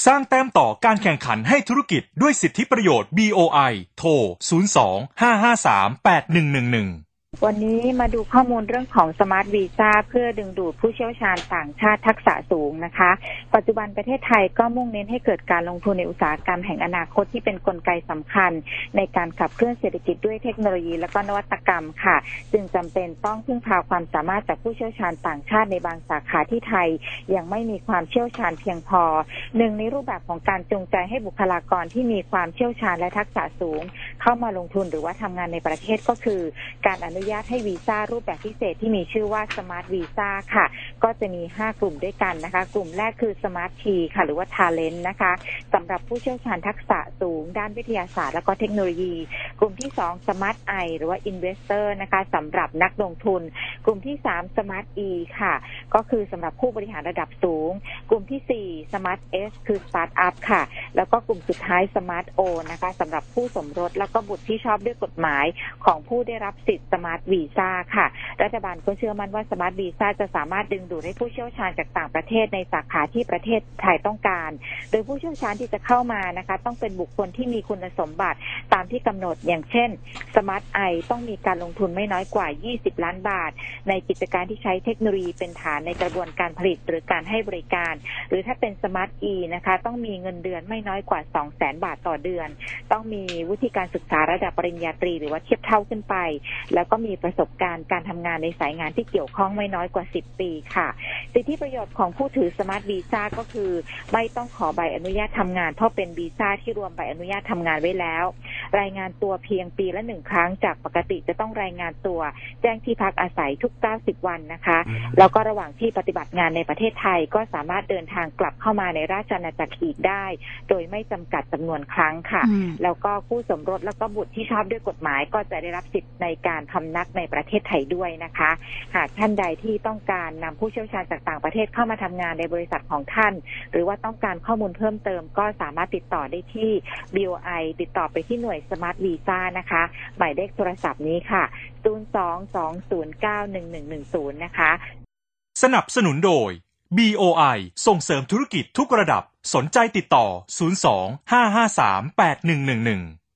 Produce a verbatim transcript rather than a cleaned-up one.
สร้างแต้มต่อการแข่งขันให้ธุรกิจด้วยสิทธิประโยชน์ บี โอ ไอ โทร ศูนย์ สอง ห้า ห้า สาม แปด หนึ่ง หนึ่ง หนึ่งวันนี้มาดูข้อมูลเรื่องของสมาร์ทวีซ่าเพื่อดึงดูดผู้เชี่ยวชาญต่างชาติทักษะสูงนะคะปัจจุบันประเทศไทยก็มุ่งเน้นให้เกิดการลงทุนในอุตสาหกรรมแห่งอนาคตที่เป็นกลไกสำคัญในการขับเคลื่อนเศรษฐกิจด้วยเทคโนโลยีและก็นวัตกรรมค่ะจึงจำเป็นต้องพึ่งพาความสามารถจากผู้เชี่ยวชาญต่างชาติในบางสาขาที่ไทยยังไม่มีความเชี่ยวชาญเพียงพอหนึ่งในรูปแบบของการจูงใจให้บุคลากรที่มีความเชี่ยวชาญและทักษะสูงเข้ามาลงทุนหรือว่าทำงานในประเทศก็คือการอนุญาตให้วีซ่ารูปแบบพิเศษที่มีชื่อว่า Smart Visa ค่ะก็จะมีห้ากลุ่มด้วยกันนะคะกลุ่มแรกคือ Smart T ค่ะหรือว่า Talent นะคะสำหรับผู้เชี่ยวชาญทักษะสูงด้านวิทยาศาสตร์และก็เทคโนโลยีกลุ่มที่สอง Smart I หรือว่า Investor นะคะสำหรับนักลงทุนกลุ่มที่สาม Smart E ค่ะก็คือสำหรับผู้บริหารระดับสูงกลุ่มที่สี่ Smart S คือ Startup ค่ะแล้วก็กลุ่มสุดท้าย Smart O นะคะสำหรับผู้สมรสแล้วก็บุตรที่ชอบด้วยกฎหมายของผู้ได้รับสิทธิ์ Smart Visa ค่ะรัฐบาลก็เชื่อมั่นว่า Smart Visa จะสามารถดึงดูดให้ผู้เชี่ยวชาญจากต่างประเทศในสาขาที่ประเทศไทยต้องการโดยผู้เชี่ยวชาญที่จะเข้ามานะคะต้องเป็นบุคคลที่มีคุณสมบัติตามที่กำหนดอย่างเช่น Smart I ต้องมีการลงทุนไม่น้อยกว่ายี่สิบล้านบาทในกิจการที่ใช้เทคโนโลยีเป็นฐานในกระบวนการผลิตหรือการให้บริการหรือถ้าเป็น Smart E นะคะต้องมีเงินเดือนไม่น้อยกว่า สองแสน บาทต่อเดือนต้องมีวุฒิการศึกษาระดับปริญญาตรีหรือว่าเทียบเท่าขึ้นไปแล้วก็มีประสบการณ์การทำงานในสายงานที่เกี่ยวข้องไม่น้อยกว่าสิบปีค่ะสิทธิประโยชน์ของผู้ถือ Smart Visa ก็คือไม่ต้องขอใบอนุญาตทำงานเพราะเป็นวีซ่าที่รวมใบอนุญาตทำงานไว้แล้วรายงานตัวเพียงปีละหนึ่งครั้งจากปกติจะต้องรายงานตัวแจ้งที่พักอาศัยทุกเก้าสิบวันนะคะแล้วก็ระหว่างที่ปฏิบัติงานในประเทศไทยก็สามารถเดินทางกลับเข้ามาในราชอาณาจักรอีกได้โดยไม่จำกัดจำนวนครั้งค่ะแล้วก็คู่สมรสแล้วก็บุตรที่ชอบด้วยกฎหมายก็จะได้รับสิทธิ์ในการพำนักในประเทศไทยด้วยนะคะหากท่านใดที่ต้องการนำผู้เชี่ยวชาญจากต่างประเทศเข้ามาทำงานในบริษัทของท่านหรือว่าต้องการข้อมูลเพิ่มเติมก็สามารถติดต่อได้ที่ บี โอ ไอ ติดต่อไปที่หน่วย Smart Visa นะคะหมายเลขโทรศัพท์นี้ค่ะศูนย์ สอง สอง ศูนย์ เก้า หนึ่ง หนึ่ง หนึ่ง ศูนย์นะคะสนับสนุนโดย บี โอ ไอ ส่งเสริมธุรกิจทุกระดับสนใจติดต่อศูนย์ สอง ห้า ห้า สาม แปด หนึ่ง หนึ่ง หนึ่ง